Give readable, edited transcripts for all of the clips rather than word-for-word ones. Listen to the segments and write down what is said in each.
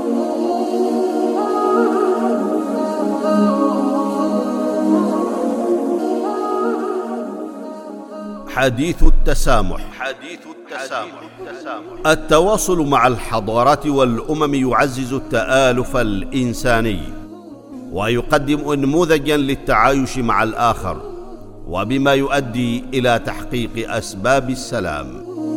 حديث التسامح. التواصل مع الحضارات والأمم يعزز التآلف الإنساني ويقدم نموذجا للتعايش مع الآخر، وبما يؤدي إلى تحقيق أسباب السلام.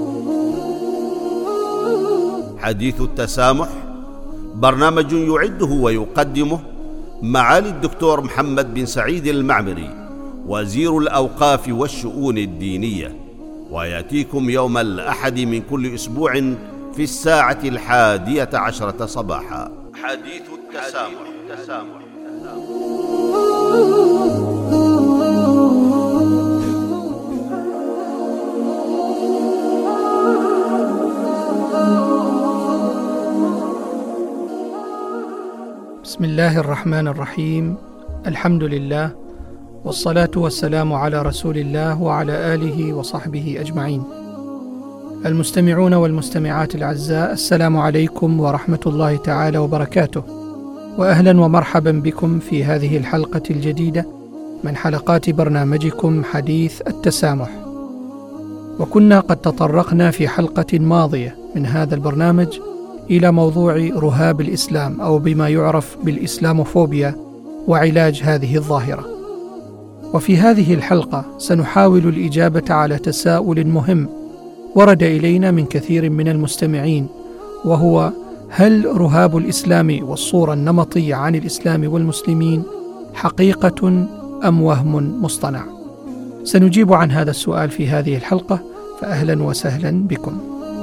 حديث التسامح برنامج يعده ويقدمه معالي الدكتور محمد بن سعيد المعمري، وزير الأوقاف والشؤون الدينية، ويأتيكم يوم الأحد من كل أسبوع في 11:10 صباحا. حديث التسامح. بسم الله الرحمن الرحيم. الحمد لله، والصلاة والسلام على رسول الله وعلى آله وصحبه أجمعين. المستمعون والمستمعات الأعزاء، السلام عليكم ورحمة الله تعالى وبركاته، وأهلا ومرحبا بكم في هذه الحلقة الجديدة من حلقات برنامجكم حديث التسامح. وكنا قد تطرقنا في حلقة ماضية من هذا البرنامج إلى موضوع رهاب الإسلام، أو بما يعرف بالإسلاموفوبيا، وعلاج هذه الظاهرة. وفي هذه الحلقة سنحاول الإجابة على تساؤل مهم ورد إلينا من كثير من المستمعين، وهو: هل رهاب الإسلام والصورة النمطية عن الإسلام والمسلمين حقيقة أم وهم مصطنع؟ سنجيب عن هذا السؤال في هذه الحلقة، فأهلا وسهلا بكم.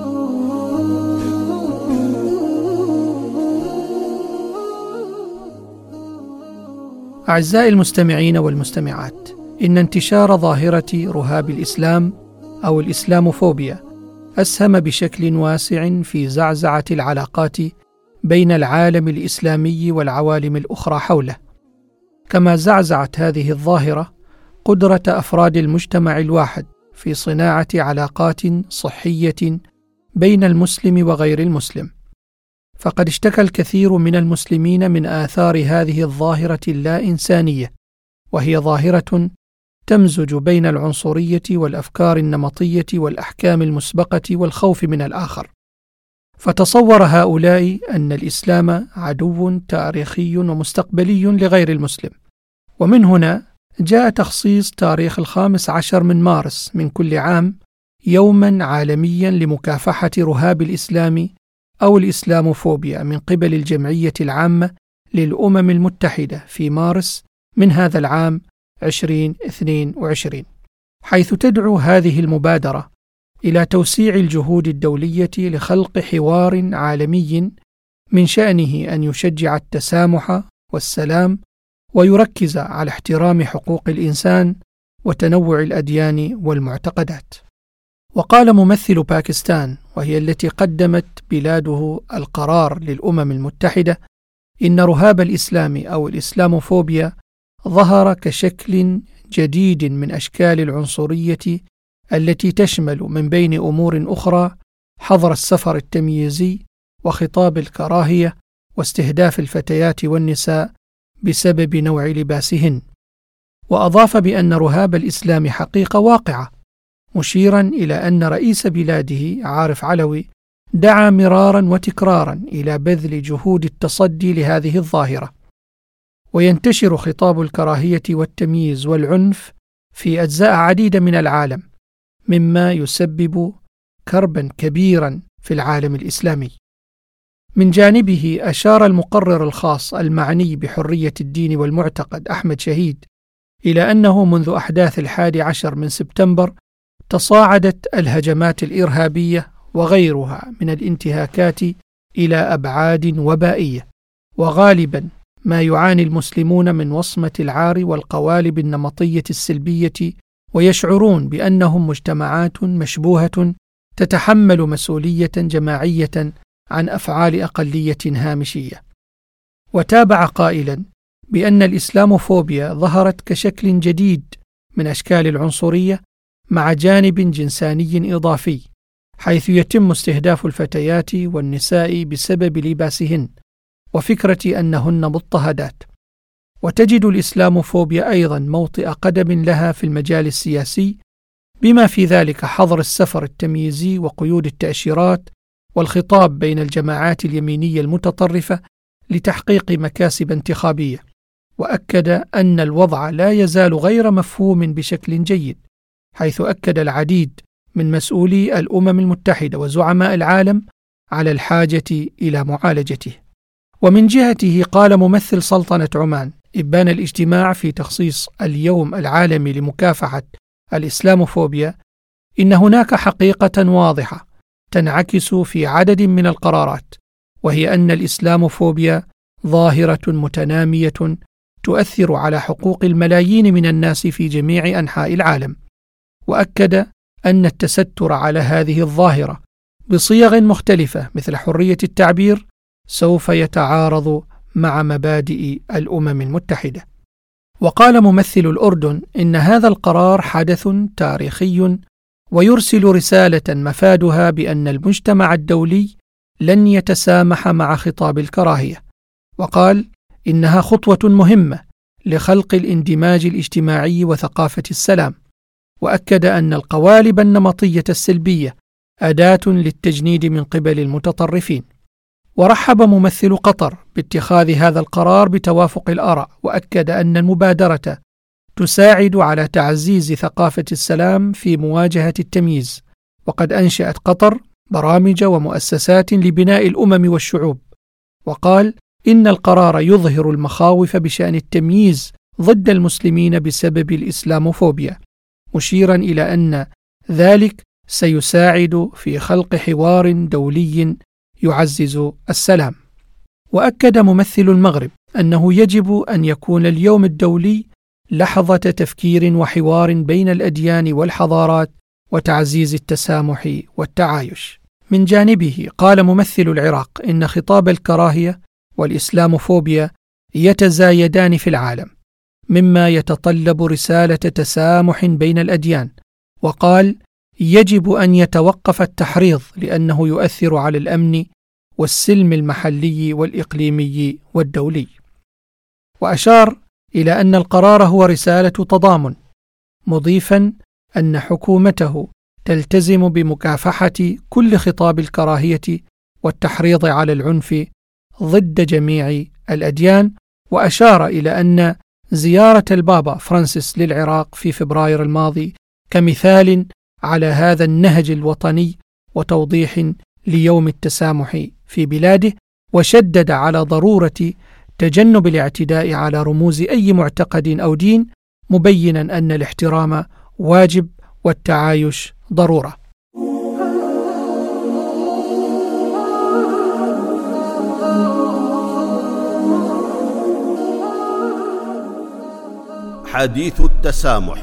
أعزائي المستمعين والمستمعات، إن انتشار ظاهرة رهاب الإسلام أو الإسلاموفوبيا أسهم بشكل واسع في زعزعة العلاقات بين العالم الإسلامي والعوالم الأخرى حوله، كما زعزعت هذه الظاهرة قدرة أفراد المجتمع الواحد في صناعة علاقات صحية بين المسلم وغير المسلم. فقد اشتكى الكثير من المسلمين من آثار هذه الظاهرة اللا إنسانية، وهي ظاهرة تمزج بين العنصرية والأفكار النمطية والأحكام المسبقة والخوف من الآخر. فتصور هؤلاء أن الإسلام عدو تاريخي ومستقبلي لغير المسلم، ومن هنا جاء تخصيص تاريخ 15 من مارس من كل عام يوما عالميا لمكافحة رهاب الإسلام أو الإسلاموفوبيا من قبل الجمعية العامة للأمم المتحدة في مارس من هذا العام 2022، حيث تدعو هذه المبادرة إلى توسيع الجهود الدولية لخلق حوار عالمي من شأنه أن يشجع التسامح والسلام، ويركز على احترام حقوق الإنسان وتنوع الأديان والمعتقدات. وقال ممثل باكستان، وهي التي قدمت بلاده القرار للأمم المتحدة، إن رهاب الإسلام أو الإسلاموفوبيا ظهر كشكل جديد من أشكال العنصرية التي تشمل من بين أمور أخرى حظر السفر التمييزي وخطاب الكراهية واستهداف الفتيات والنساء بسبب نوع لباسهن. وأضاف بأن رهاب الإسلام حقيقة واقعة، مشيرا إلى أن رئيس بلاده عارف علوي دعا مرارا وتكرارا إلى بذل جهود التصدي لهذه الظاهرة. وينتشر خطاب الكراهية والتمييز والعنف في أجزاء عديدة من العالم، مما يسبب كربا كبيرا في العالم الإسلامي. من جانبه أشار المقرر الخاص المعني بحرية الدين والمعتقد أحمد شهيد إلى أنه منذ أحداث 11 من سبتمبر تصاعدت الهجمات الإرهابية وغيرها من الانتهاكات إلى أبعاد وبائية، وغالبا ما يعاني المسلمون من وصمة العار والقوالب النمطية السلبية، ويشعرون بأنهم مجتمعات مشبوهة تتحمل مسؤولية جماعية عن أفعال أقلية هامشية. وتابع قائلا بأن الإسلاموفوبيا ظهرت كشكل جديد من أشكال العنصرية مع جانب جنساني إضافي، حيث يتم استهداف الفتيات والنساء بسبب لباسهن، وفكرة أنهن مضطهدات. وتجد الإسلاموفوبيا أيضا موطئ قدم لها في المجال السياسي، بما في ذلك حظر السفر التمييزي وقيود التأشيرات والخطاب بين الجماعات اليمينية المتطرفة لتحقيق مكاسب انتخابية. وأكد أن الوضع لا يزال غير مفهوم بشكل جيد، حيث أكد العديد من مسؤولي الأمم المتحدة وزعماء العالم على الحاجة إلى معالجته. ومن جهته قال ممثل سلطنة عمان إبان الاجتماع في تخصيص اليوم العالمي لمكافحة الإسلاموفوبيا إن هناك حقيقة واضحة تنعكس في عدد من القرارات، وهي أن الإسلاموفوبيا ظاهرة متنامية تؤثر على حقوق الملايين من الناس في جميع أنحاء العالم. وأكد أن التستر على هذه الظاهرة بصيغ مختلفة مثل حرية التعبير سوف يتعارض مع مبادئ الأمم المتحدة. وقال ممثل الأردن إن هذا القرار حدث تاريخي ويرسل رسالة مفادها بأن المجتمع الدولي لن يتسامح مع خطاب الكراهية. وقال إنها خطوة مهمة لخلق الاندماج الاجتماعي وثقافة السلام. وأكد أن القوالب النمطية السلبية أداة للتجنيد من قبل المتطرفين. ورحب ممثل قطر باتخاذ هذا القرار بتوافق الآراء، وأكد أن المبادرة تساعد على تعزيز ثقافة السلام في مواجهة التمييز. وقد أنشأت قطر برامج ومؤسسات لبناء الأمم والشعوب. وقال إن القرار يظهر المخاوف بشأن التمييز ضد المسلمين بسبب الإسلاموفوبيا، مشيرا إلى أن ذلك سيساعد في خلق حوار دولي يعزز السلام. وأكد ممثل المغرب أنه يجب أن يكون اليوم الدولي لحظة تفكير وحوار بين الأديان والحضارات وتعزيز التسامح والتعايش. من جانبه قال ممثل العراق إن خطاب الكراهية والإسلاموفوبيا يتزايدان في العالم، مما يتطلب رسالة تسامح بين الأديان. وقال يجب أن يتوقف التحريض لأنه يؤثر على الأمن والسلم المحلي والإقليمي والدولي. وأشار إلى أن القرار هو رسالة تضامن، مضيفا أن حكومته تلتزم بمكافحة كل خطاب الكراهية والتحريض على العنف ضد جميع الأديان. وأشار إلى أن زيارة البابا فرانسيس للعراق في فبراير الماضي كمثال على هذا النهج الوطني وتوضيح ليوم التسامح في بلاده، وشدد على ضرورة تجنب الاعتداء على رموز أي معتقد أو دين، مبينا أن الاحترام واجب والتعايش ضرورة. حديث التسامح.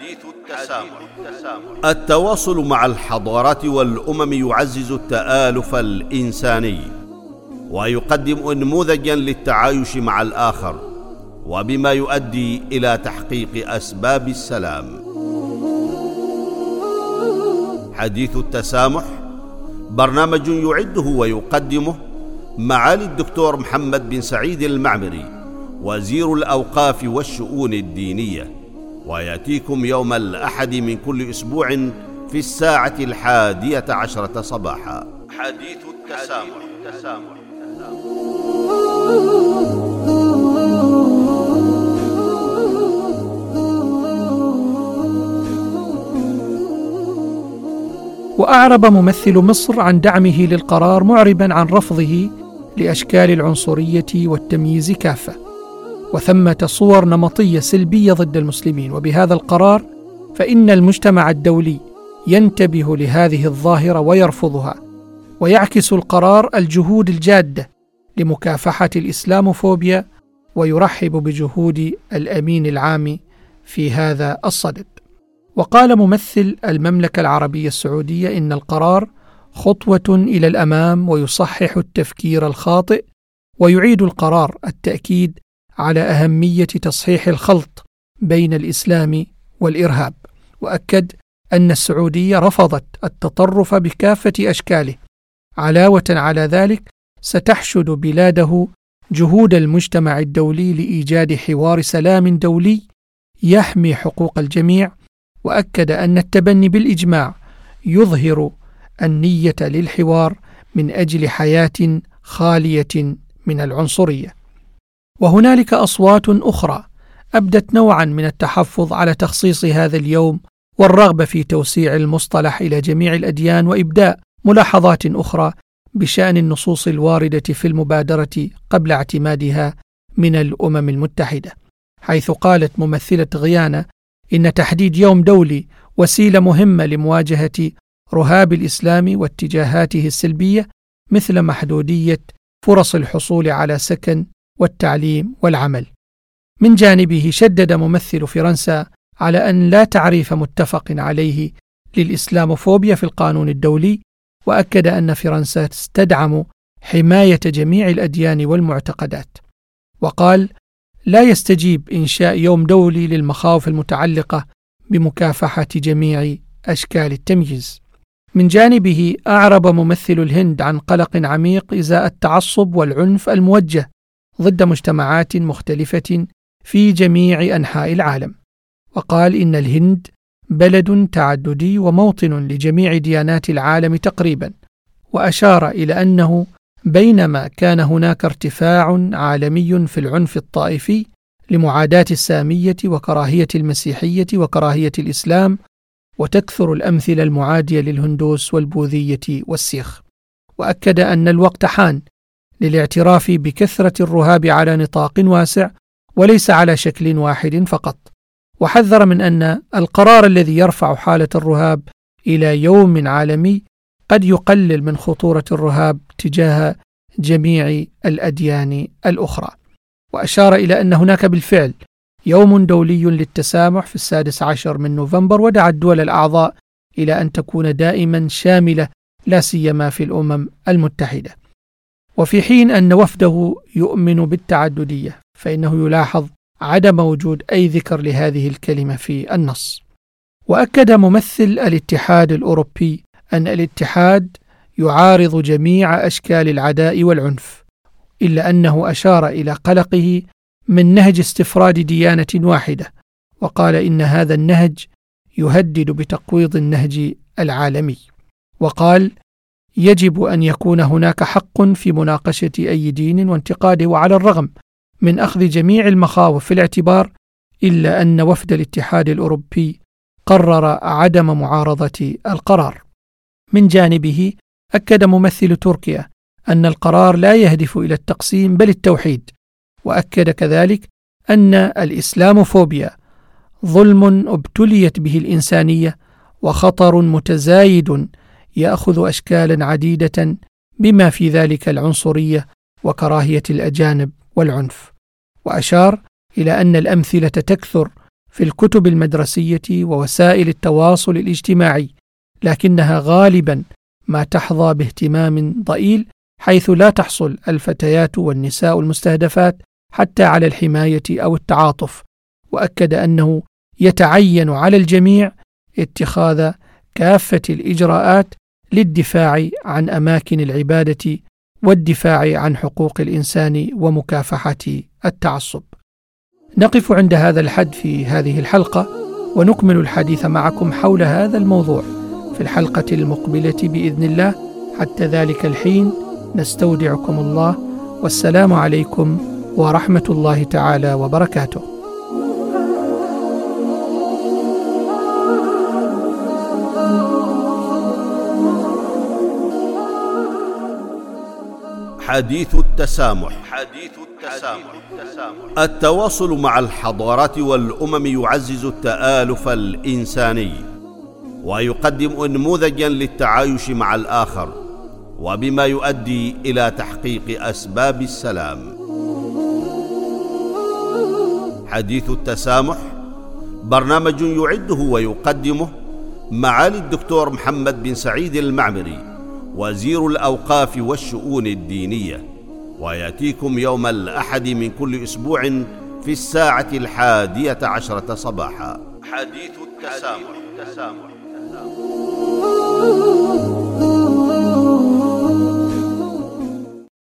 التواصل مع الحضارات والأمم يعزز التآلف الإنساني ويقدم نموذجا للتعايش مع الآخر، وبما يؤدي إلى تحقيق أسباب السلام. حديث التسامح برنامج يعده ويقدمه معالي الدكتور محمد بن سعيد المعمري وزير الأوقاف والشؤون الدينية، ويأتيكم يوم الأحد من كل أسبوع في 11:10 صباحا. حديث التسامح. وأعرب ممثل مصر عن دعمه للقرار، معربا عن رفضه لأشكال العنصرية والتمييز كافة، وثمة صور نمطية سلبية ضد المسلمين. وبهذا القرار فإن المجتمع الدولي ينتبه لهذه الظاهرة ويرفضها، ويعكس القرار الجهود الجادة لمكافحة الإسلاموفوبيا، ويرحب بجهود الأمين العام في هذا الصدد. وقال ممثل المملكة العربية السعودية إن القرار خطوة إلى الأمام ويصحح التفكير الخاطئ، ويعيد القرار التأكيد على أهمية تصحيح الخلط بين الإسلام والإرهاب. وأكد أن السعودية رفضت التطرف بكافة أشكاله. علاوة على ذلك ستحشد بلاده جهود المجتمع الدولي لإيجاد حوار سلام دولي يحمي حقوق الجميع، وأكد أن التبني بالإجماع يظهر النية للحوار من أجل حياة خالية من العنصرية. وهنالك أصوات أخرى أبدت نوعا من التحفظ على تخصيص هذا اليوم والرغبة في توسيع المصطلح إلى جميع الأديان، وإبداء ملاحظات أخرى بشأن النصوص الواردة في المبادرة قبل اعتمادها من الأمم المتحدة، حيث قالت ممثلة غيانا إن تحديد يوم دولي وسيلة مهمة لمواجهة رهاب الإسلام واتجاهاته السلبية، مثل محدودية فرص الحصول على سكن والتعليم والعمل. من جانبه شدد ممثل فرنسا على أن لا تعريف متفق عليه للإسلاموفوبيا في القانون الدولي، وأكد أن فرنسا تدعم حماية جميع الأديان والمعتقدات، وقال: لا يستجيب إنشاء يوم دولي للمخاوف المتعلقة بمكافحة جميع أشكال التمييز. من جانبه أعرب ممثل الهند عن قلق عميق إزاء التعصب والعنف الموجه ضد مجتمعات مختلفة في جميع أنحاء العالم، وقال إن الهند بلد تعددي وموطن لجميع ديانات العالم تقريبا، وأشار إلى أنه بينما كان هناك ارتفاع عالمي في العنف الطائفي لمعاداة السامية وكراهية المسيحية وكراهية الإسلام، وتكثر الأمثلة المعادية للهندوس والبوذية والسيخ. وأكد أن الوقت حان للاعتراف بكثرة الرهاب على نطاق واسع وليس على شكل واحد فقط، وحذر من أن القرار الذي يرفع حالة الرهاب إلى يوم عالمي قد يقلل من خطورة الرهاب تجاه جميع الأديان الأخرى. وأشار إلى أن هناك بالفعل يوم دولي للتسامح في 16 من نوفمبر، ودعا الدول الأعضاء إلى أن تكون دائما شاملة لا سيما في الأمم المتحدة. وفي حين أن وفده يؤمن بالتعددية، فإنه يلاحظ عدم وجود أي ذكر لهذه الكلمة في النص. وأكد ممثل الاتحاد الأوروبي أن الاتحاد يعارض جميع أشكال العداء والعنف، إلا أنه أشار إلى قلقه من نهج استفراد ديانة واحدة، وقال إن هذا النهج يهدد بتقويض النهج العالمي، وقال: يجب أن يكون هناك حق في مناقشة أي دين وانتقاده، وعلى الرغم من أخذ جميع المخاوف في الاعتبار، إلا أن وفد الاتحاد الأوروبي قرر عدم معارضة القرار. من جانبه أكد ممثل تركيا أن القرار لا يهدف إلى التقسيم بل التوحيد، وأكد كذلك أن الإسلاموفوبيا ظلم ابتليت به الإنسانية وخطر متزايد يأخذ أشكالا عديدة بما في ذلك العنصرية وكراهية الأجانب والعنف. وأشار إلى أن الأمثلة تكثر في الكتب المدرسية ووسائل التواصل الاجتماعي، لكنها غالبا ما تحظى باهتمام ضئيل، حيث لا تحصل الفتيات والنساء المستهدفات حتى على الحماية أو التعاطف. وأكد أنه يتعين على الجميع اتخاذ كافة الإجراءات للدفاع عن أماكن العبادة والدفاع عن حقوق الإنسان ومكافحة التعصب. نقف عند هذا الحد في هذه الحلقة، ونكمل الحديث معكم حول هذا الموضوع في الحلقة المقبلة بإذن الله. حتى ذلك الحين نستودعكم الله، والسلام عليكم ورحمة الله تعالى وبركاته. حديث التسامح. التواصل مع الحضارات والأمم يعزز التآلف الإنساني، ويقدم نموذجا للتعايش مع الآخر، وبما يؤدي إلى تحقيق أسباب السلام. حديث التسامح برنامج يعده ويقدمه معالي الدكتور محمد بن سعيد المعمري، وزير الأوقاف والشؤون الدينية، ويأتيكم يوم الأحد من كل أسبوع في 11:10 صباحا. حديث التسامح.